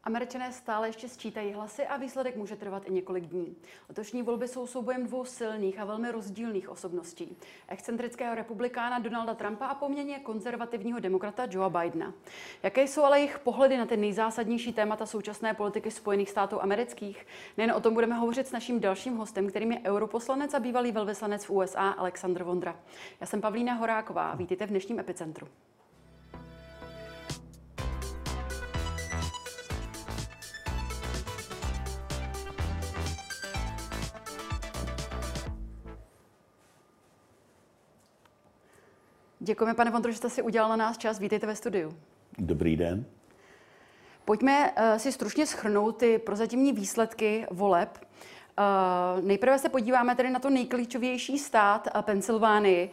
Američané stále ještě sčítají hlasy a výsledek může trvat i několik dní. Letošní volby jsou soubojem dvou silných a velmi rozdílných osobností. Excentrického republikána Donalda Trumpa a poměrně konzervativního demokrata Joea Bidena. Jaké jsou ale jejich pohledy na ty nejzásadnější témata současné politiky Spojených států amerických? Nejen o tom budeme hovořit s naším dalším hostem, kterým je europoslanec a bývalý velvyslanec v USA Alexandr Vondra. Já jsem Pavlína Horáková, vítejte v dnešním Epicentru. Děkujeme, pane Vondro, že jste si udělal na nás čas. Vítejte ve studiu. Dobrý den. Pojďme si stručně shrnout ty prozatímní výsledky voleb. Nejprve se podíváme tedy na to nejklíčovější stát, Pensylvánii,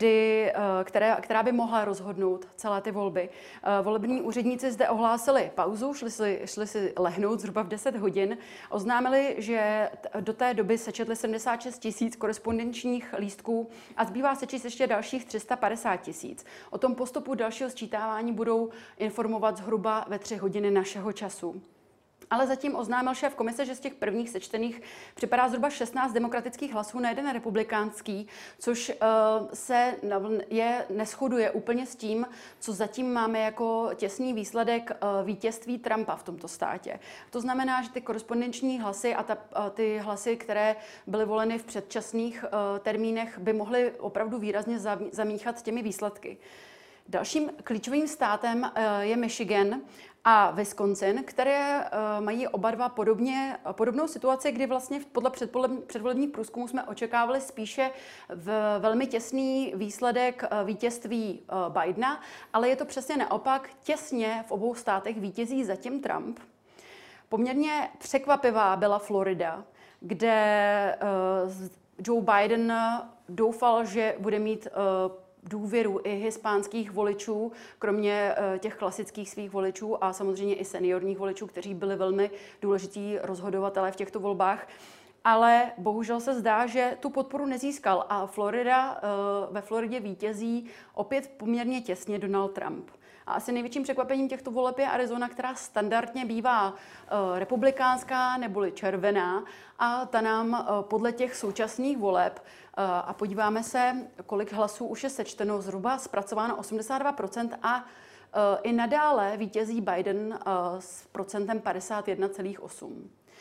která by mohla rozhodnout celé ty volby. Volební úředníci zde ohlásili pauzu, šli si lehnout zhruba v 10 hodin. Oznámili, že do té doby sečetli 76 000 korespondenčních lístků a zbývá sečíst ještě dalších 350 000. O tom postupu dalšího sčítávání budou informovat zhruba ve 3 hodiny našeho času. Ale zatím oznámil šéf komise, že z těch prvních sečtených připadá zhruba 16 demokratických hlasů na jeden republikánský, což se neshoduje úplně s tím, co zatím máme jako těsný výsledek vítězství Trumpa v tomto státě. To znamená, že ty korespondenční hlasy a ty hlasy, které byly voleny v předčasných termínech, by mohly opravdu výrazně zamíchat těmi výsledky. Dalším klíčovým státem je Michigan a Wisconsin, které mají oba dva podobnou situaci, kdy vlastně podle předvolebních průzkumů jsme očekávali spíše velmi těsný výsledek vítězství Bidena, ale je to přesně naopak, těsně v obou státech vítězí zatím Trump. Poměrně překvapivá byla Florida, kde Joe Biden doufal, že bude mít důvěru i hispánských voličů, kromě těch klasických svých voličů a samozřejmě i seniorních voličů, kteří byli velmi důležití rozhodovatelé v těchto volbách. Ale bohužel se zdá, že tu podporu nezískal a ve Floridě vítězí opět poměrně těsně Donald Trump. A asi největším překvapením těchto voleb je Arizona, která standardně bývá republikánská neboli červená a ta nám podle těch současných voleb a podíváme se, kolik hlasů už je sečteno, zhruba zpracováno 82% a i nadále vítězí Biden s procentem 51,8%.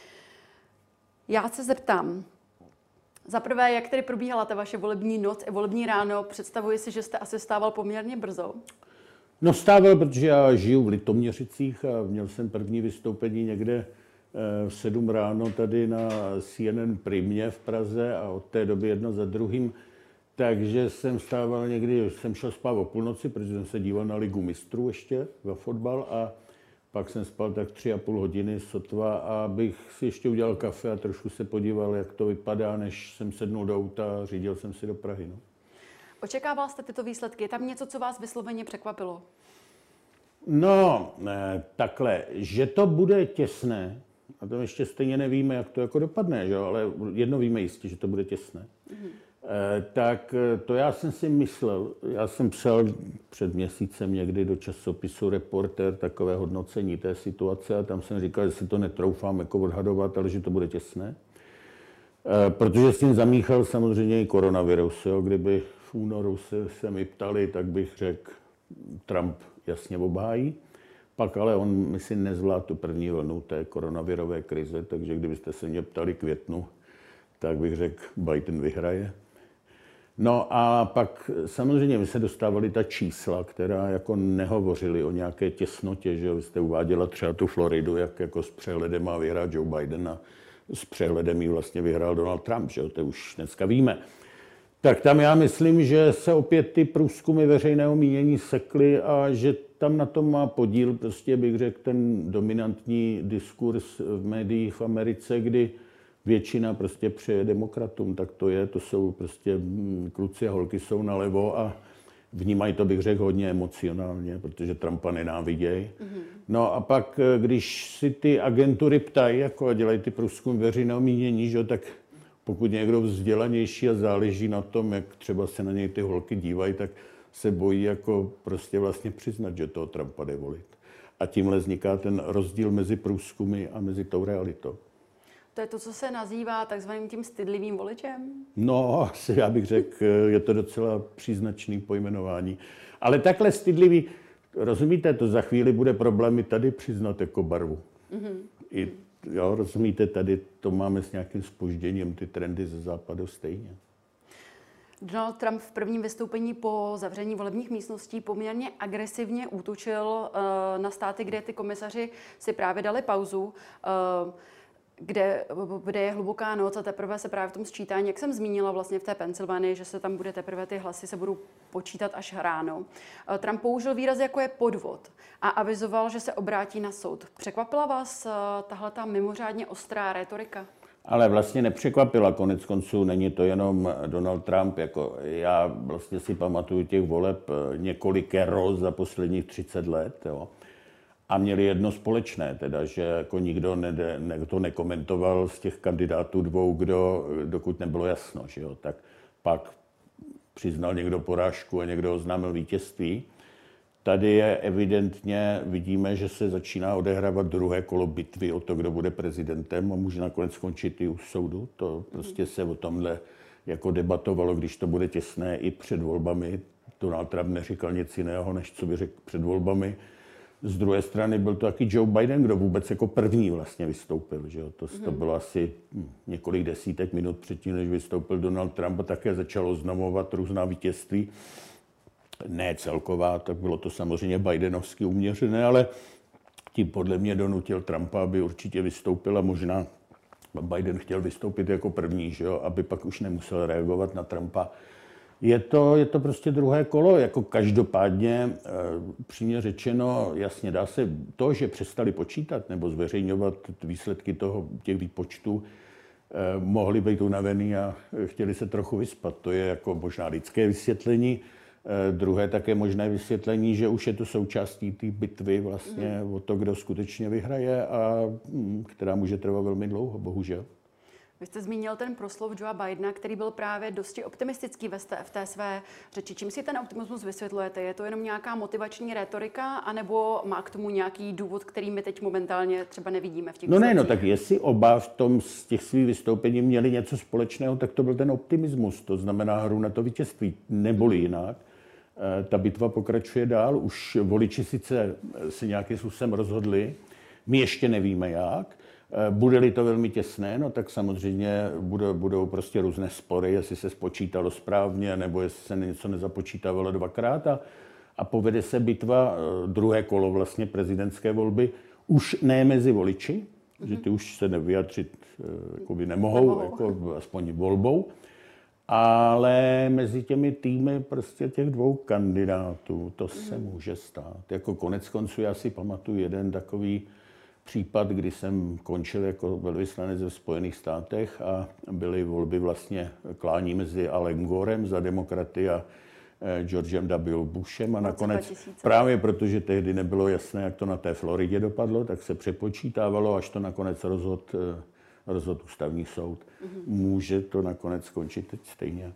Já se zeptám, za prvé, jak tedy probíhala ta vaše volební noc i volební ráno? Představuji si, že jste asi vstával poměrně brzo. No vstával, protože já žiju v Litoměřicích a měl jsem první vystoupení někde v 7 ráno tady na CNN Primě v Praze a od té doby jedno za druhým. Takže jsem vstával někdy, jsem šel spát o půlnoci, protože jsem se díval na Ligu mistrů ještě ve fotbal a pak jsem spal tak 3,5 hodiny sotva, abych si ještě udělal kafe a trošku se podíval, jak to vypadá, než jsem sednul do auta a řídil jsem si do Prahy. No. Očekával jste tyto výsledky? Je tam něco, co vás vysloveně překvapilo? No, takhle, že to bude těsné, a to ještě stejně nevíme, jak to jako dopadne, že? Ale jedno víme jistě, že to bude těsné. Tak to já jsem si myslel, já jsem psal před měsícem někdy do časopisu Reporter takové hodnocení té situace a tam jsem říkal, že si to netroufám jako odhadovat, ale že to bude těsné. Protože s tím zamíchal samozřejmě i koronavirus. Jo? Kdyby v únoru se mi ptali, tak bych řekl, Trump jasně obhájí. Pak ale on, myslím, nezvládl tu první vlnu té koronavirové krize, takže kdybyste se mě ptali květnu, tak bych řekl, Biden vyhraje. No a pak samozřejmě my se dostávali ta čísla, která jako nehovořily o nějaké těsnotě, že vy jste uváděla třeba tu Floridu, jak jako s přehledem má vyhrát Joe Biden a s přehledem ji vlastně vyhrál Donald Trump, že to už dneska víme. Tak tam já myslím, že se opět ty průzkumy veřejného mínění sekly a že tam na tom má podíl, prostě bych řekl, ten dominantní diskurs v médiích v Americe, kdy většina prostě přeje demokratům, tak to jsou prostě kluci a holky jsou nalevo a vnímají to, bych řekl, hodně emocionálně, protože Trumpa nenávidějí. No a pak, když si ty agentury ptají, jako a dělají ty průzkumy veřejného mínění, že, tak pokud někdo vzdělanější a záleží na tom, jak třeba se na něj ty holky dívají, tak se bojí jako prostě vlastně přiznat, že toho Trumpa jde volit. A tímhle vzniká ten rozdíl mezi průzkumy a mezi tou realitou. To je to, co se nazývá takzvaným tím stydlivým voličem? No, asi já bych řekl, je to docela příznačný pojmenování. Ale takhle stydlivý, rozumíte, to za chvíli bude problémy tady přiznat jako barvu. Mm-hmm. Jo, rozumíte, tady to máme s nějakým zpožděním, ty trendy ze západu stejně. Donald Trump v prvním vystoupení po zavření volebních místností poměrně agresivně útočil na státy, kde ty komisaři si právě dali pauzu, kde je hluboká noc a teprve se právě v tom sčítání, jak jsem zmínila vlastně v té Pensylvánii, že se tam bude teprve ty hlasy se budou počítat až ráno. Trump použil výraz, jako je podvod a avizoval, že se obrátí na soud. Překvapila vás tahle ta mimořádně ostrá rétorika? Ale vlastně nepřekvapila, konec konců není to jenom Donald Trump, jako já vlastně si pamatuju těch voleb několikero za posledních 30 let, jo. A měli jedno společné, teda, že jako nikdo to nekomentoval z těch kandidátů dvou, dokud nebylo jasno, že jo. Tak pak přiznal někdo porážku a někdo oznámil vítězství. Tady je evidentně, vidíme, že se začíná odehrávat druhé kolo bitvy o to, kdo bude prezidentem a může nakonec skončit i u soudu. To prostě se o tomhle jako debatovalo, když to bude těsné i před volbami. Donald Trump neříkal nic jiného, než co by řekl před volbami. Z druhé strany byl to taky Joe Biden, kdo vůbec jako první vlastně vystoupil. Že jo? To bylo asi několik desítek minut předtím, než vystoupil Donald Trump a také začalo oznamovat různá vítězství. Ne celková, tak bylo to samozřejmě bidenovsky uměřené, ale tím podle mě donutil Trumpa, aby určitě vystoupil a možná Biden chtěl vystoupit jako první, že jo? Aby pak už nemusel reagovat na Trumpa. Je to prostě druhé kolo, jako každopádně, přímě řečeno, jasně dá se to, že přestali počítat nebo zveřejňovat výsledky těch výpočtů, mohli být unavený a chtěli se trochu vyspat. To je jako možná lidské vysvětlení. Druhé také možné vysvětlení, že už je to součástí té bitvy vlastně o to, kdo skutečně vyhraje a která může trvat velmi dlouho, bohužel. Vy jste zmínil ten proslov Joea Bidena, který byl právě dosti optimistický v té své řeči. Čím si ten optimismus vysvětlujete? Je to jenom nějaká motivační rétorika, anebo má k tomu nějaký důvod, který my teď momentálně třeba nevidíme v těch No tak jestli oba z těch svých vystoupení měli něco společného, tak to byl ten optimismus. To znamená hru na to vítězství, neboli jinak. Ta bitva pokračuje dál. Už voliči sice se nějakým způsobem rozhodli, my ještě nevíme jak. Bude-li to velmi těsné, no tak samozřejmě budou prostě různé spory, jestli se spočítalo správně, nebo jestli se něco nezapočítávalo dvakrát a povede se bitva, druhé kolo vlastně prezidentské volby, už ne mezi voliči, že ty už se nevyjadřit jakoby nemohou. Jako aspoň volbou, ale mezi těmi týmy prostě těch dvou kandidátů, to se může stát. Jako konec konců já si pamatuju jeden takový případ, kdy jsem končil jako velvyslanec ve Spojených státech a byly volby vlastně klání mezi Alem Gorem za demokraty a Georgem W. Bushem a nakonec právě protože tehdy nebylo jasné, jak to na té Floridě dopadlo, tak se přepočítávalo, až to nakonec rozhodl ústavní soud. Může to nakonec skončit teď stejně.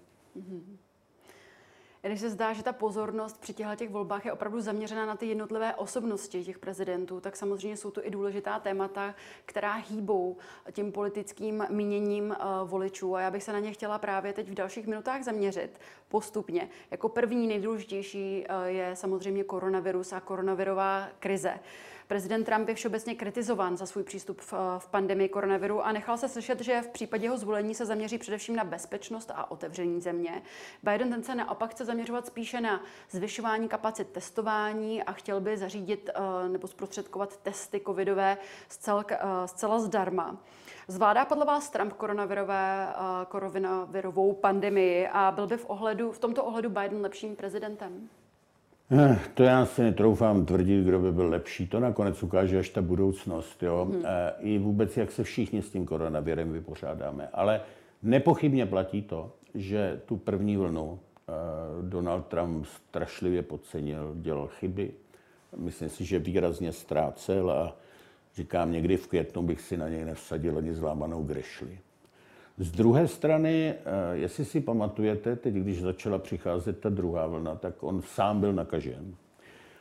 Když se zdá, že ta pozornost při těch volbách je opravdu zaměřena na ty jednotlivé osobnosti těch prezidentů, tak samozřejmě jsou to i důležitá témata, která hýbou tím politickým míněním voličů. A já bych se na ně chtěla právě teď v dalších minutách zaměřit postupně. Jako první nejdůležitější je samozřejmě koronavirus a koronavirová krize. Prezident Trump je všeobecně kritizován za svůj přístup v pandemii koronaviru a nechal se slyšet, že v případě jeho zvolení se zaměří především na bezpečnost a otevření země. Biden ten se naopak chce zaměřovat spíše na zvyšování kapacit testování a chtěl by zařídit nebo zprostředkovat testy covidové zcela zdarma. Zvládá podle vás Trump koronavirovou pandemii a byl by v tomto ohledu Biden lepším prezidentem? To já si netroufám tvrdit, kdo by byl lepší. To nakonec ukáže až ta budoucnost. Jo? I vůbec, jak se všichni s tím koronavirem vypořádáme. Ale nepochybně platí to, že tu první vlnu Donald Trump strašlivě podcenil, dělal chyby. Myslím si, že výrazně ztrácel a říkám, někdy v květnu bych si na něj nevsadil ani zlámanou grešli. Z druhé strany, jestli si pamatujete, teď když začala přicházet ta druhá vlna, tak on sám byl nakažen.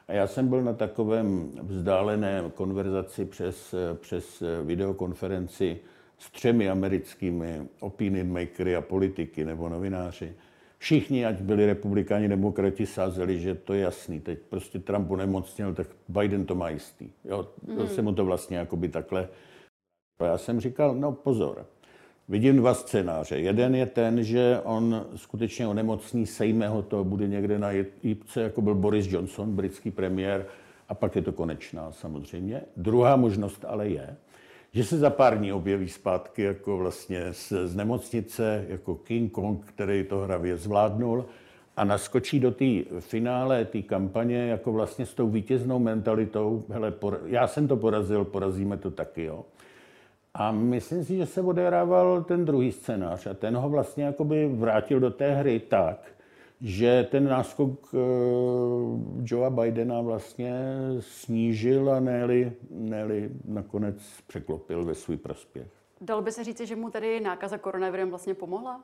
A já jsem byl na takovém vzdálené konverzaci přes videokonferenci s 3 americkými opinion makery a politiky nebo novináři. Všichni, ať byli republikáni, demokrati, sázeli, že to je jasný. Teď prostě Trump onemocněl, tak Biden to má jistý. Jo, se mu to vlastně jakoby takhle. A já jsem říkal, no pozor, vidím 2 scénáře. Jeden je ten, že on skutečně onemocní, sejme ho to, bude někde na jípce, jako byl Boris Johnson, britský premiér, a pak je to konečná samozřejmě. Druhá možnost ale je, že se za pár dní objeví zpátky jako vlastně z nemocnice, jako King Kong, který to hravě zvládnul, a naskočí do té finále, té kampaně, jako vlastně s tou vítěznou mentalitou, hele, já jsem to porazil, porazíme to taky, jo. A myslím si, že se odehrával ten druhý scénář a ten ho vlastně jakoby vrátil do té hry tak, že ten náskok Joea Bidena vlastně snížil a ne-li nakonec překlopil ve svůj prospěch. Dalo by se říct, že mu tedy nákaza koronavirem vlastně pomohla?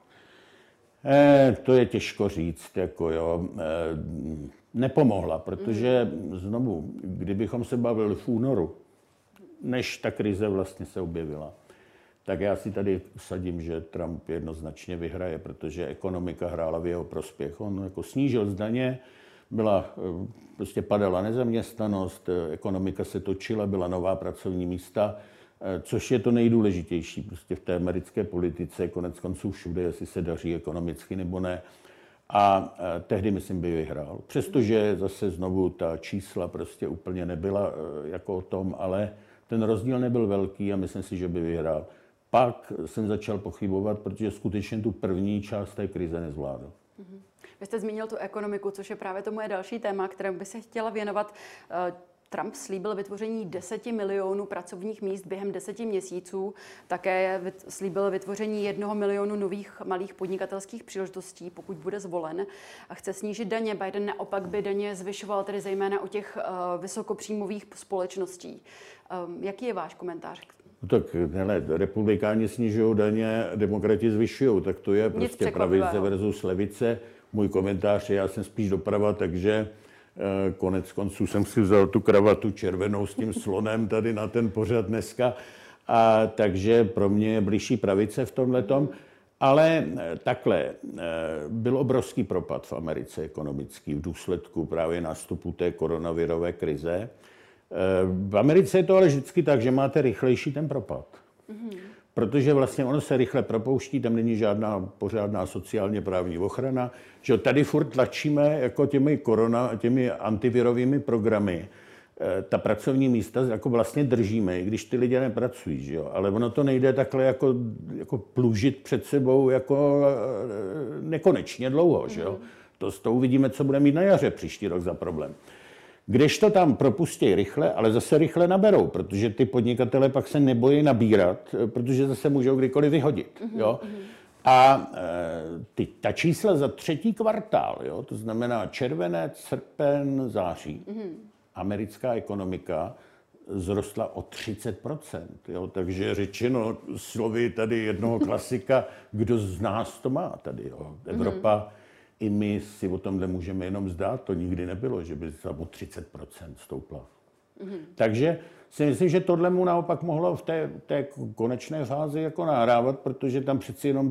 To je těžko říct, jako jo. Nepomohla, protože znovu, kdybychom se bavili v únoru, než ta krize vlastně se objevila, tak já si tady usadím, že Trump jednoznačně vyhraje, protože ekonomika hrála v jeho prospěch. On jako snížil zdaně, prostě padala nezaměstnanost, ekonomika se točila, byla nová pracovní místa, což je to nejdůležitější prostě v té americké politice, konec konců všude, jestli se daří ekonomicky nebo ne. A tehdy, myslím, by vyhrál. Přestože zase znovu ta čísla prostě úplně nebyla jako o tom, ale ten rozdíl nebyl velký a myslím si, že by vyhrál. Pak jsem začal pochybovat, protože skutečně tu první část té krize nezvládl. Vy jste zmínil tu ekonomiku, což je právě to moje další téma, kterému by se chtěla věnovat. Trump slíbil vytvoření 10 milionů pracovních míst během 10 měsíců. Také slíbil vytvoření 1 milionu nových malých podnikatelských příležitostí, pokud bude zvolen. A chce snížit daně. Biden naopak by daně zvyšoval, tedy zejména u těch vysokopříjmových společností. Jaký je váš komentář? Tak hele, republikáni snižují daně, demokrati zvyšují, tak to je prostě pravice versus levice. Můj komentář je, já jsem spíš doprava, takže konec konců jsem si vzal tu kravatu červenou s tím slonem tady na ten pořad dneska, a takže pro mě je blížší pravice v tomhletom. Ale takhle, byl obrovský propad v Americe ekonomický v důsledku právě nástupu té koronavirové krize. V Americe je to ale vždycky tak, že máte rychlejší ten propad. Protože vlastně ono se rychle propouští, tam není žádná pořádná sociálně právní ochrana, že tady furt tlačíme jako těmi antivirovými programy. Ta pracovní místa jako vlastně držíme, i když ty lidé nepracují, že jo? Ale ono to nejde takhle jako plužit před sebou jako nekonečně dlouho, že jo? To uvidíme, co bude mít na jaře příští rok za problém. Když to tam propustí rychle, ale zase rychle naberou, protože ty podnikatele pak se nebojí nabírat, protože zase můžou kdykoliv vyhodit. Jo? A ta čísla za 3. kvartál, jo? To znamená červenec, srpen, září, americká ekonomika zrostla o 30%. Jo? Takže řečeno slovy tady jednoho klasika, kdo z nás to má tady. Jo? Evropa, i my si o tomhle můžeme jenom zdát, to nikdy nebylo, že by se o 30% stoupla. Takže si myslím, že tohle mu naopak mohlo v té konečné fázi jako nahrávat, protože tam přeci jenom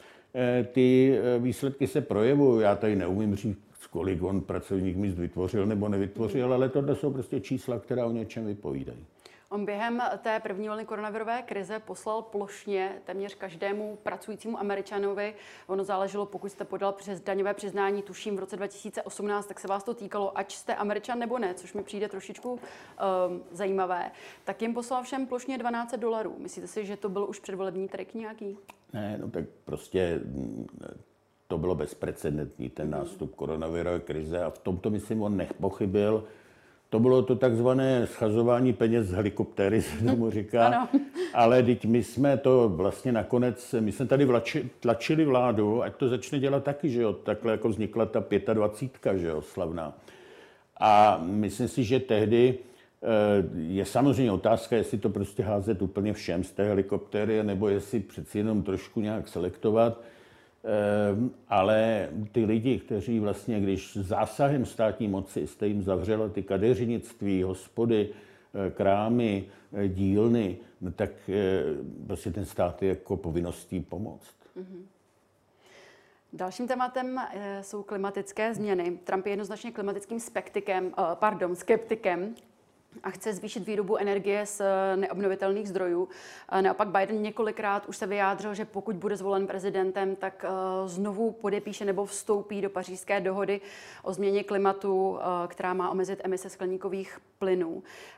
ty výsledky se projevují. Já tady neumím říct, kolik on pracovních míst vytvořil nebo nevytvořil, ale tohle jsou prostě čísla, která o něčem vypovídají. On během té první vlny koronavirové krize poslal plošně téměř každému pracujícímu Američanovi. Ono záleželo, pokud jste podal přes daňové přiznání, tuším v roce 2018, tak se vás to týkalo, ať jste Američan nebo ne, což mi přijde trošičku zajímavé. Tak jim poslal všem plošně $1200. Myslíte si, že to byl už předvolební trik nějaký? Ne, no tak prostě to bylo bezprecedentní, ten nástup koronavirové krize, a v tomto, myslím, on nepochybil. To bylo to takzvané schazování peněz z helikoptéry, se tomu říká. Ano. Ale teď my jsme to vlastně nakonec, my jsme tady tlačili vládu, ať to začne dělat taky, že jo. Takhle jako vznikla ta 25, že jo, slavná. A myslím si, že tehdy je samozřejmě otázka, jestli to prostě házet úplně všem z té helikoptéry, nebo jestli přeci jenom trošku nějak selektovat. Ale ty lidi, kteří vlastně, když zásahem státní moci jste jim zavřelo ty kadeřnictví, hospody, krámy, dílny, no tak prostě ten stát je jako povinností pomoct. Dalším tématem jsou klimatické změny. Trump je jednoznačně klimatickým skeptikem a chce zvýšit výrobu energie z neobnovitelných zdrojů. Naopak Biden několikrát už se vyjádřil, že pokud bude zvolen prezidentem, tak znovu podepíše nebo vstoupí do Pařížské dohody o změně klimatu, která má omezit emise skleníkových plynů.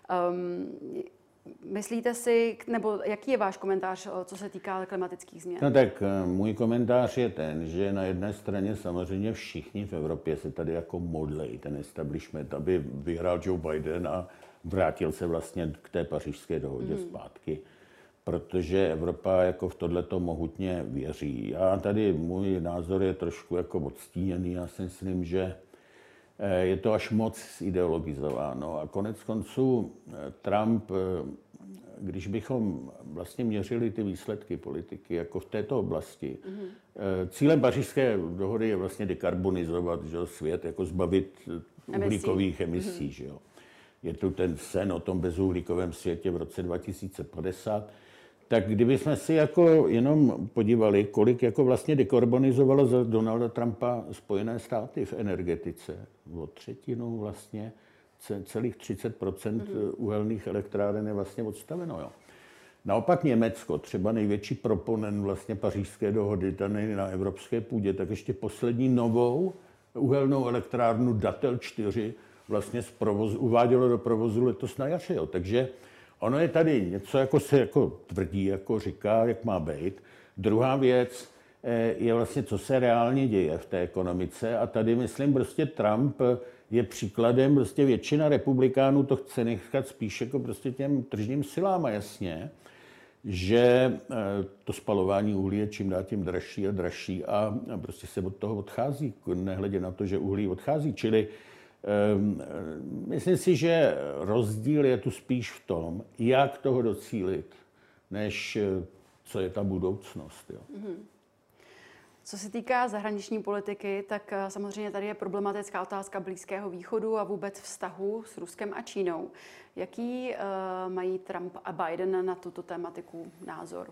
Myslíte si, nebo jaký je váš komentář, co se týká klimatických změn? No tak můj komentář je ten, že na jedné straně samozřejmě všichni v Evropě se tady jako modlejí ten establishment, aby vyhrál Joe Biden a vrátil se vlastně k té Pařížské dohodě zpátky, protože Evropa jako v tohleto mohutně věří. A tady můj názor je trošku jako odstíněný. Já si myslím, že je to až moc ideologizováno. A konec konců Trump, když bychom vlastně měřili ty výsledky politiky jako v této oblasti, cílem Pařížské dohody je vlastně dekarbonizovat, že, svět, jako zbavit uhlíkových emisí. Že jo. Je tu ten sen o tom bezuhlíkovém světě v roce 2050. Tak kdybychom si jako jenom podívali, kolik jako vlastně dekarbonizovalo za Donalda Trumpa Spojené státy v energetice, o třetinu vlastně, celých 30% uhelných elektráren je vlastně odstaveno. Jo. Naopak Německo, třeba největší proponent vlastně Pařížské dohody, tady na evropské půdě, tak ještě poslední novou uhelnou elektrárnu Dattel 4 vlastně uvádělo do provozu letos na jaře. Jo. Takže ono je tady něco, jako se jako tvrdí, jako říká, jak má být. Druhá věc je vlastně, co se reálně děje v té ekonomice. A tady, myslím, prostě Trump je příkladem, prostě většina republikánů to chce nechat spíš jako prostě těm tržním silám a jasně, že to spalování uhlí je čím dál tím dražší a dražší a prostě se od toho odchází, nehledě na to, že uhlí odchází. Čili myslím si, že rozdíl je tu spíš v tom, jak toho docílit, než co je ta budoucnost. Jo. Co se týká zahraniční politiky, tak samozřejmě tady je problematická otázka Blízkého východu a vůbec vztahu s Ruskem a Čínou. Jaký mají Trump a Biden na tuto tematiku názor?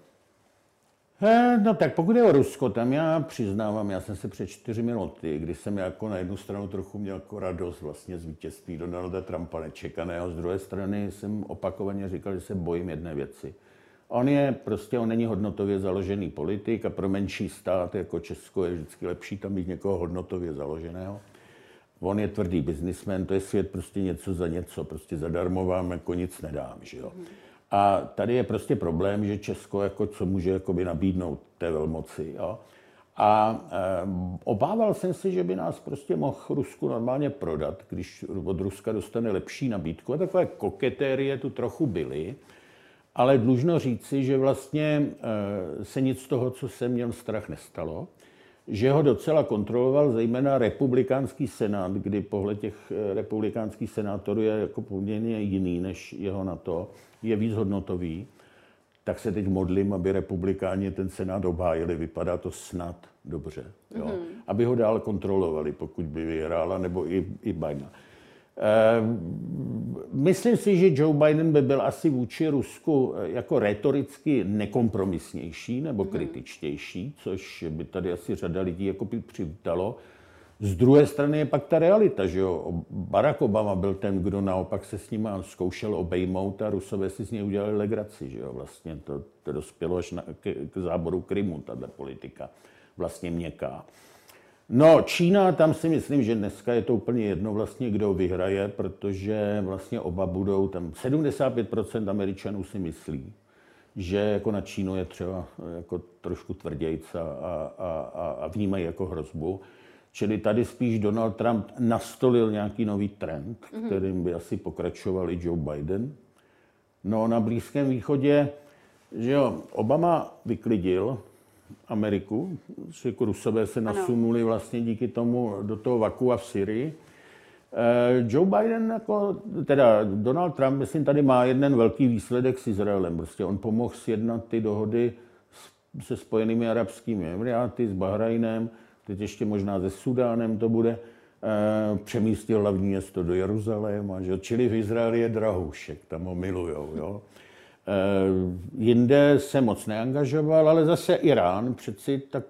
No tak pokud je o Rusko, tam já přiznávám, já jsem se před 4 lety, kdy jsem jako na jednu stranu trochu měl jako radost vlastně z vítězství Donalda Trumpa nečekaného, z druhé strany jsem opakovaně říkal, že se bojím jedné věci. On není hodnotově založený politik a pro menší stát jako Česko je vždycky lepší tam mít někoho hodnotově založeného. On je tvrdý biznismen, to je svět prostě něco za něco, prostě zadarmo vám jako nic nedám, že jo. A tady je prostě problém, že Česko jako co může jakoby nabídnout té velmoci, jo. A obával jsem se, že by nás prostě mohl Rusku normálně prodat, když od Ruska dostane lepší nabídku. A takové koketérie tu trochu byly. Ale dlužno říci, že vlastně se nic z toho, co jsem měl strach, nestalo. Že ho docela kontroloval zejména republikánský senát, kdy pohled těch republikánských senátorů je jako poměrně jiný než jeho na to, je víc hodnotový. Tak se teď modlím, aby republikáni ten senát obhájili. Vypadá to snad dobře. Jo? Aby ho dál kontrolovali, pokud by vyhrála, nebo i Biden. Myslím si, že Joe Biden by byl asi vůči Rusku jako rétoricky nekompromisnější nebo kritičtější, což by tady asi řada lidí jako by přivítalo. Z druhé strany je pak ta realita, že jo. Barack Obama byl ten, kdo naopak se s ním zkoušel obejmout a Rusové si z něj udělali legraci, že jo. Vlastně to dospělo až k záboru Krymu, tato politika, vlastně měkká. No, Čína, tam si myslím, že dneska je to úplně jedno vlastně, kdo vyhraje, protože vlastně oba budou, tam 75% Američanů si myslí, že jako na Čínu je třeba jako trošku tvrdějc a vnímají jako hrozbu. Čili tady spíš Donald Trump nastolil nějaký nový trend, kterým by asi pokračoval i Joe Biden. No, na Blízkém východě, že jo, Obama vyklidil Ameriku, že jako Rusové se nasunuli vlastně díky tomu do toho vakua v Syrii. Joe Biden, jako, teda Donald Trump, myslím, tady má jeden velký výsledek s Izraelem. Prostě on pomohl sjednat ty dohody s se Spojenými arabskými emiráty, s Bahrajnem, teď ještě možná se Sudánem to bude, přemístil hlavní město do Jeruzaléma, že? Čili v Izraeli je drahoušek, tam ho milujou. Jo? Jinde se moc neangažoval, ale zase Irán přeci tak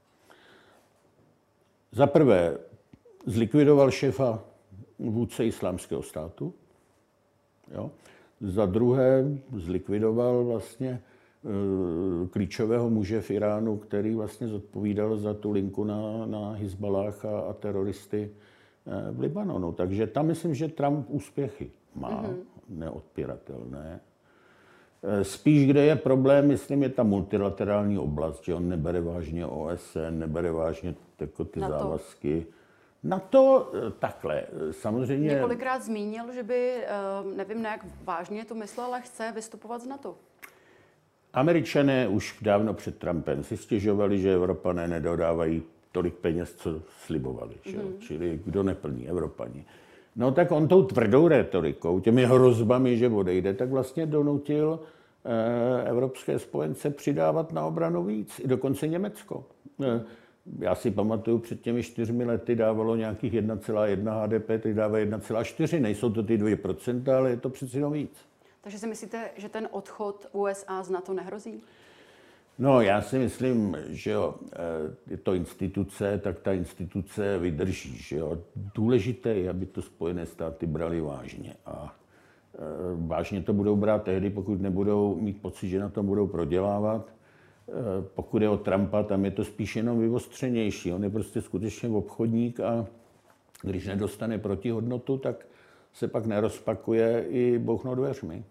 za prvé zlikvidoval šéfa vůdce Islámského státu, jo? Za druhé zlikvidoval vlastně klíčového muže v Iránu, který vlastně zodpovídal za tu linku na Hizbalách a teroristy v Libanonu. Takže tam myslím, že Trump úspěchy má, neodpiratelné. Spíš, kde je problém, myslím, je ta multilaterální oblast, že on nebere vážně OSN, nebere vážně jako ty závazky. Na to takhle, samozřejmě... Několikrát zmínil, že by, nevím, jak vážně to myslel, ale chce vystupovat z NATO. Američané už dávno před Trumpem si stěžovali, že Evropané nedodávají tolik peněz, co slibovali. Čili kdo neplní, Evropani. No tak on tou tvrdou rétorikou, těmi hrozbami, že odejde, tak vlastně donutil evropské spojence přidávat na obranu víc. I dokonce Německo. Já si pamatuju, před těmi 4 lety dávalo nějakých 1,1 HDP, teď dává 1,4. Nejsou to ty 2%, ale je to přeci jenom víc. Takže si myslíte, že ten odchod USA z NATO nehrozí? No, já si myslím, že jo, je to instituce, tak ta instituce vydrží, že jo. Důležité je, aby to Spojené státy brali vážně. A vážně to budou brát tehdy, pokud nebudou mít pocit, že na tom budou prodělávat. Pokud je o Trumpa, tam je to spíš jenom vyostřenější. On je prostě skutečně obchodník a když nedostane protihodnotu, tak se pak nerozpakuje i bouchnout dveřmi.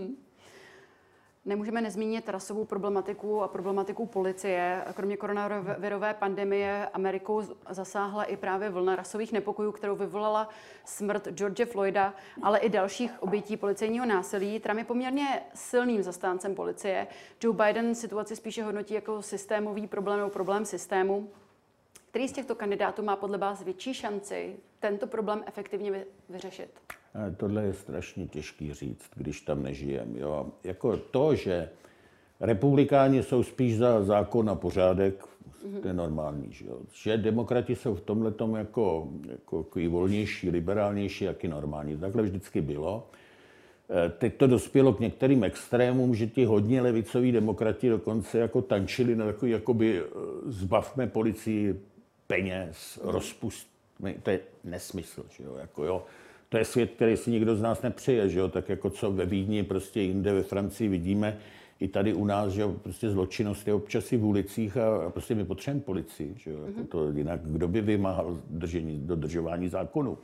Nemůžeme nezmínit rasovou problematiku a problematiku policie. Kromě koronavirové pandemie Amerikou zasáhla i právě vlna rasových nepokojů, kterou vyvolala smrt George Floyda, ale i dalších obětí policejního násilí. Trump je poměrně silným zastáncem policie. Joe Biden situaci spíše hodnotí jako systémový problém nebo problém systému. Který z těchto kandidátů má podle vás větší šanci tento problém efektivně vyřešit? Tohle je strašně těžký říct, když tam nežijem. Jo. Jako to, že republikáni jsou spíš za zákon a pořádek, to je normální. Že demokrati jsou v tomhletom jako volnější, liberálnější, jak i normální. Takhle vždycky bylo. Teď to dospělo k některým extrémům, že ti hodně levicoví demokrati dokonce jako tančili na takový, jakoby zbavme policii peněz, rozpustme, to je nesmysl, že jo, jako jo. To je svět, který si nikdo z nás nepřeje, že jo, tak jako co ve Vídni, prostě jinde ve Francii vidíme, i tady u nás, že jo, prostě zločinnost je občas i v ulicích a prostě my potřebujeme policii, že jo, jako to jinak kdo by vymáhal dodržování zákonů.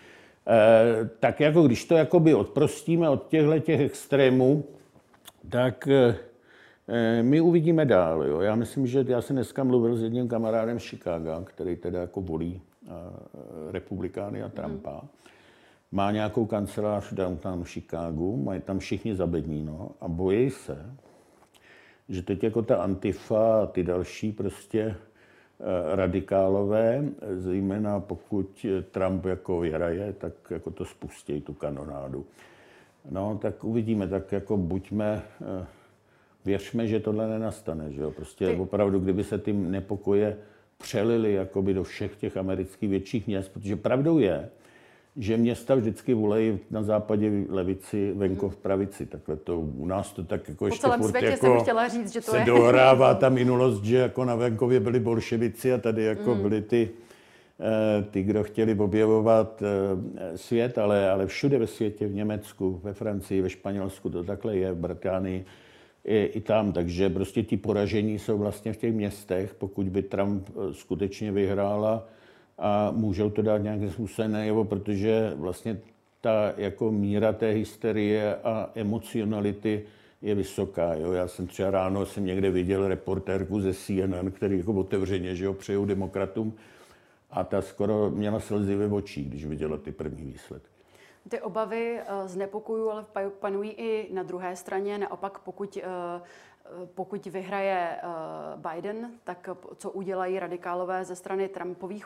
Tak jako když to jakoby odprostíme od těch extrémů, tak my uvidíme dál. Jo. Já myslím, že já jsem dneska mluvil s jedním kamarádem z Chicaga, který teda jako volí republikány a Trumpa. Má nějakou kancelář downtown v Chicagu, mají tam všichni zabedníno a bojí se, že teď jako ta Antifa a ty další prostě radikálové, zejména pokud Trump jako vyhraje, tak jako to spustí, tu kanonádu. No, tak uvidíme, tak jako věřme, že tohle nenastane, že jo. Prostě opravdu, kdyby se ty nepokoje přelily jakoby do všech těch amerických větších měst, protože pravdou je, že města vždycky volejí na západě levici, venkov pravici. Takhle to u nás to tak jako ještě celém světě jako jsem chtěla říct, že to se dohrává ta minulost, že jako na venkově byli bolševici a tady jako byli ty, kdo chtěli objevovat svět, ale všude ve světě, v Německu, ve Francii, ve Španělsku, to takhle je, v Británii i tam. Takže prostě ti poražení jsou vlastně v těch městech, pokud by Trump skutečně vyhrál a můžou to dát nějakým způsobem najevo, protože vlastně ta jako míra té hysterie a emocionality je vysoká. Jo. Já jsem třeba ráno někde viděl reportérku ze CNN, který jako otevřeně, že jo, přejou demokratům a ta skoro měla slzy ve očích, když viděla ty první výsledky. Ty obavy z nepokojů ale panují i na druhé straně. Naopak, pokud vyhraje Biden, tak co udělají radikálové ze strany Trumpových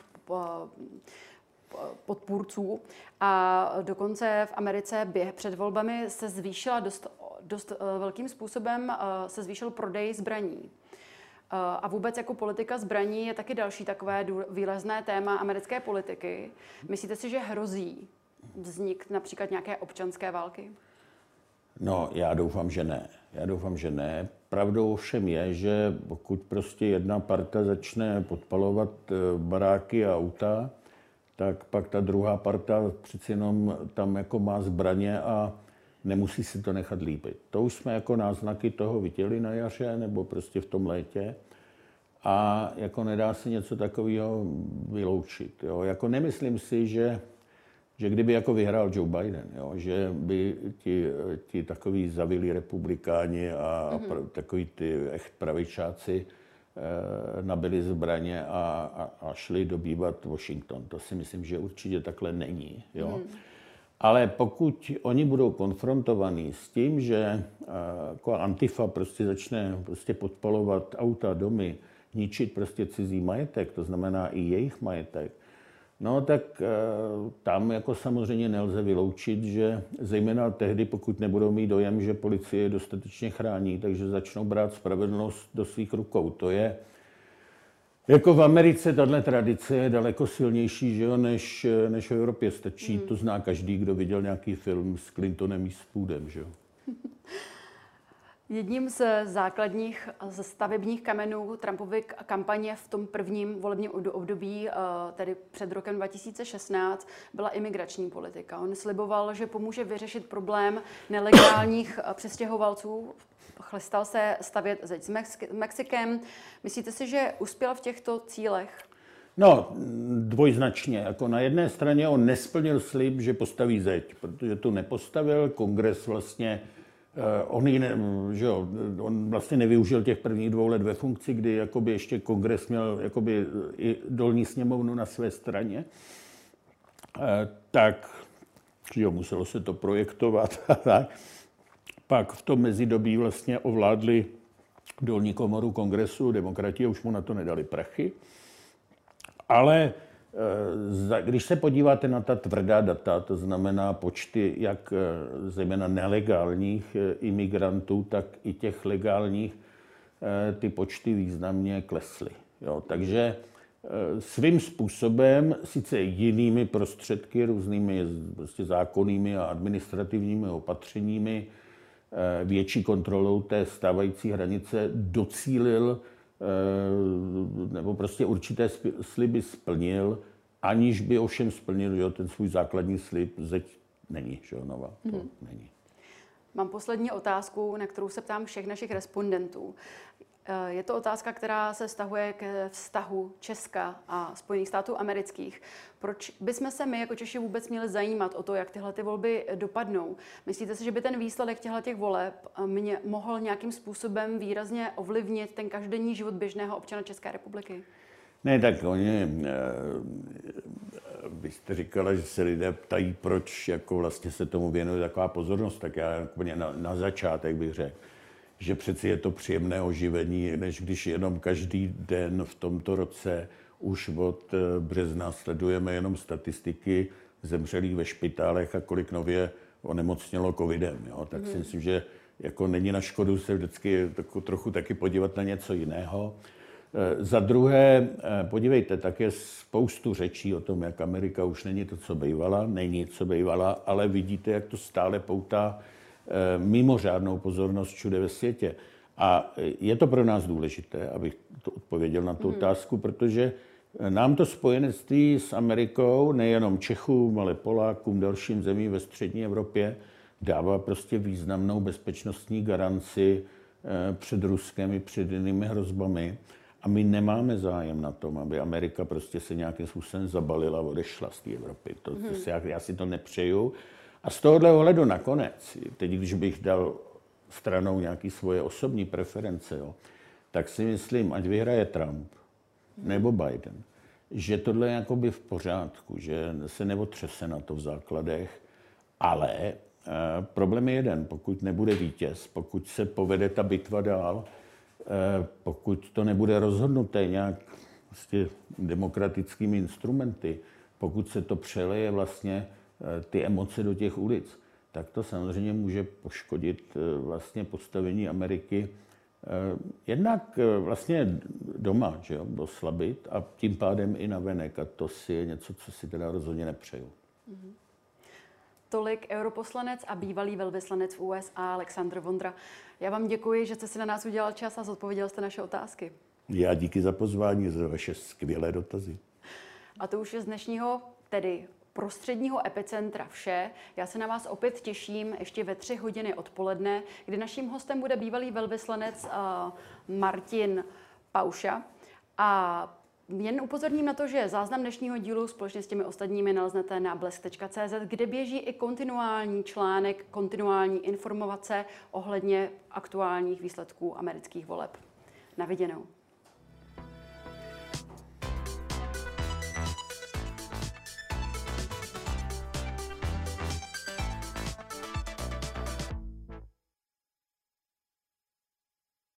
podpůrců. A dokonce v Americe před volbami se zvýšila dost velkým způsobem se zvýšil prodej zbraní. A vůbec jako politika zbraní je taky další takové výrazné téma americké politiky. Myslíte si, že hrozí vznik například nějaké občanské války? No, já doufám, že ne. Pravdou všem je, že pokud prostě jedna parta začne podpalovat baráky a auta, tak pak ta druhá parta přeci jenom tam jako má zbraně a nemusí si to nechat líbit. To už jsme jako náznaky toho viděli na jaře nebo prostě v tom létě a jako nedá se něco takového vyloučit. Jo. Jako nemyslím si, že kdyby jako vyhrál Joe Biden, jo, že by ti takový zavilí republikáni a takový ty echt pravičáci nabili zbraně a šli dobývat Washington. To si myslím, že určitě takhle není. Jo. Ale pokud oni budou konfrontovaní s tím, že jako Antifa prostě začne prostě podpalovat auta, domy, ničit prostě cizí majetek, to znamená i jejich majetek, no tak tam jako samozřejmě nelze vyloučit, že zejména tehdy, pokud nebudou mít dojem, že policie dostatečně chrání, takže začnou brát spravedlnost do svých rukou. To je, jako v Americe tahle tradice je daleko silnější, že jo, než v Evropě. Stačí, to zná každý, kdo viděl nějaký film s Clintonem Eastwoodem, že jo. Jedním z základních stavebních kamenů Trumpovy kampaně v tom prvním volebním období, tedy před rokem 2016, byla imigrační politika. On sliboval, že pomůže vyřešit problém nelegálních přestěhovalců. Chystal se stavět zeď s Mexikem. Myslíte si, že uspěl v těchto cílech? No, dvojznačně. Jako na jedné straně on nesplnil slib, že postaví zeď, protože to nepostavil. Kongres vlastně on vlastně nevyužil těch prvních 2 let ve funkci, kdy jakoby ještě kongres měl jakoby i dolní sněmovnu na své straně. Tak muselo se to projektovat a tak. Pak v tom mezidobí vlastně ovládli dolní komoru kongresu, demokrati už mu na to nedali prachy. Ale když se podíváte na ta tvrdá data, to znamená počty jak zejména nelegálních imigrantů, tak i těch legálních, ty počty významně klesly. Jo, takže svým způsobem, sice jinými prostředky, různými prostě zákonnými a administrativními opatřeními, větší kontrolou té stávající hranice docílil nebo prostě určité sliby splnil, aniž by ovšem splnil, že ten svůj základní slib, zeď není, že nová, to není. Mám poslední otázku, na kterou se ptám všech našich respondentů. Je to otázka, která se vztahuje k vztahu Česka a Spojených států amerických. Proč bychom se my jako Češi vůbec měli zajímat o to, jak tyhle ty volby dopadnou? Myslíte si, že by ten výsledek těchto voleb mohl nějakým způsobem výrazně ovlivnit ten každodenní život běžného občana České republiky? Ne, tak vy jste říkala, že se lidé ptají, proč jako vlastně se tomu věnuje taková pozornost, tak já úplně na začátek bych řekl, že přeci je to příjemné oživení, než když jenom každý den v tomto roce už od března sledujeme jenom statistiky zemřelých ve špitálech a kolik nově onemocnělo covidem. Jo? Tak si myslím, že jako není na škodu se vždycky trochu taky podívat na něco jiného. Za druhé, podívejte, tak je spoustu řečí o tom, jak Amerika už není to, co bývala, ale vidíte, jak to stále poutá mimořádnou pozornost všude ve světě. A je to pro nás důležité, abych to odpověděl na tu otázku, protože nám to spojenectví s Amerikou, nejenom Čechům, ale Polákům, dalším zemím ve střední Evropě, dává prostě významnou bezpečnostní garanci před Ruskem i před jinými hrozbami. A my nemáme zájem na tom, aby Amerika prostě se nějakým způsobem zabalila a odešla z té Evropy. Já si to nepřeju. A z tohohle ohledu nakonec, teď když bych dal stranou nějaké svoje osobní preference, jo, tak si myslím, ať vyhraje Trump nebo Biden, že tohle je jakoby v pořádku, že se neotřese na to v základech, ale problém je jeden, pokud nebude vítěz, pokud se povede ta bitva dál, pokud to nebude rozhodnuté nějak vlastně demokratickými instrumenty, pokud se to přeleje vlastně ty emoce do těch ulic, tak to samozřejmě může poškodit vlastně postavení Ameriky Jednak vlastně doma, že jo, oslabit a tím pádem i navenek. A to si je něco, co si teda rozhodně nepřeju. Tolik europoslanec a bývalý velvyslanec v USA Alexandr Vondra. Já vám děkuji, že jste si na nás udělal čas a zodpověděl jste naše otázky. Já díky za pozvání, za vaše skvělé dotazy. A to už je z dnešního, tedy prostředního epicentra vše. Já se na vás opět těším ještě ve 3 hodiny odpoledne, kdy naším hostem bude bývalý velvyslanec Martin Pauša. A jen upozorním na to, že záznam dnešního dílu společně s těmi ostatními naleznete na blesk.cz, kde běží i kontinuální článek, kontinuální informace ohledně aktuálních výsledků amerických voleb. Na viděnou.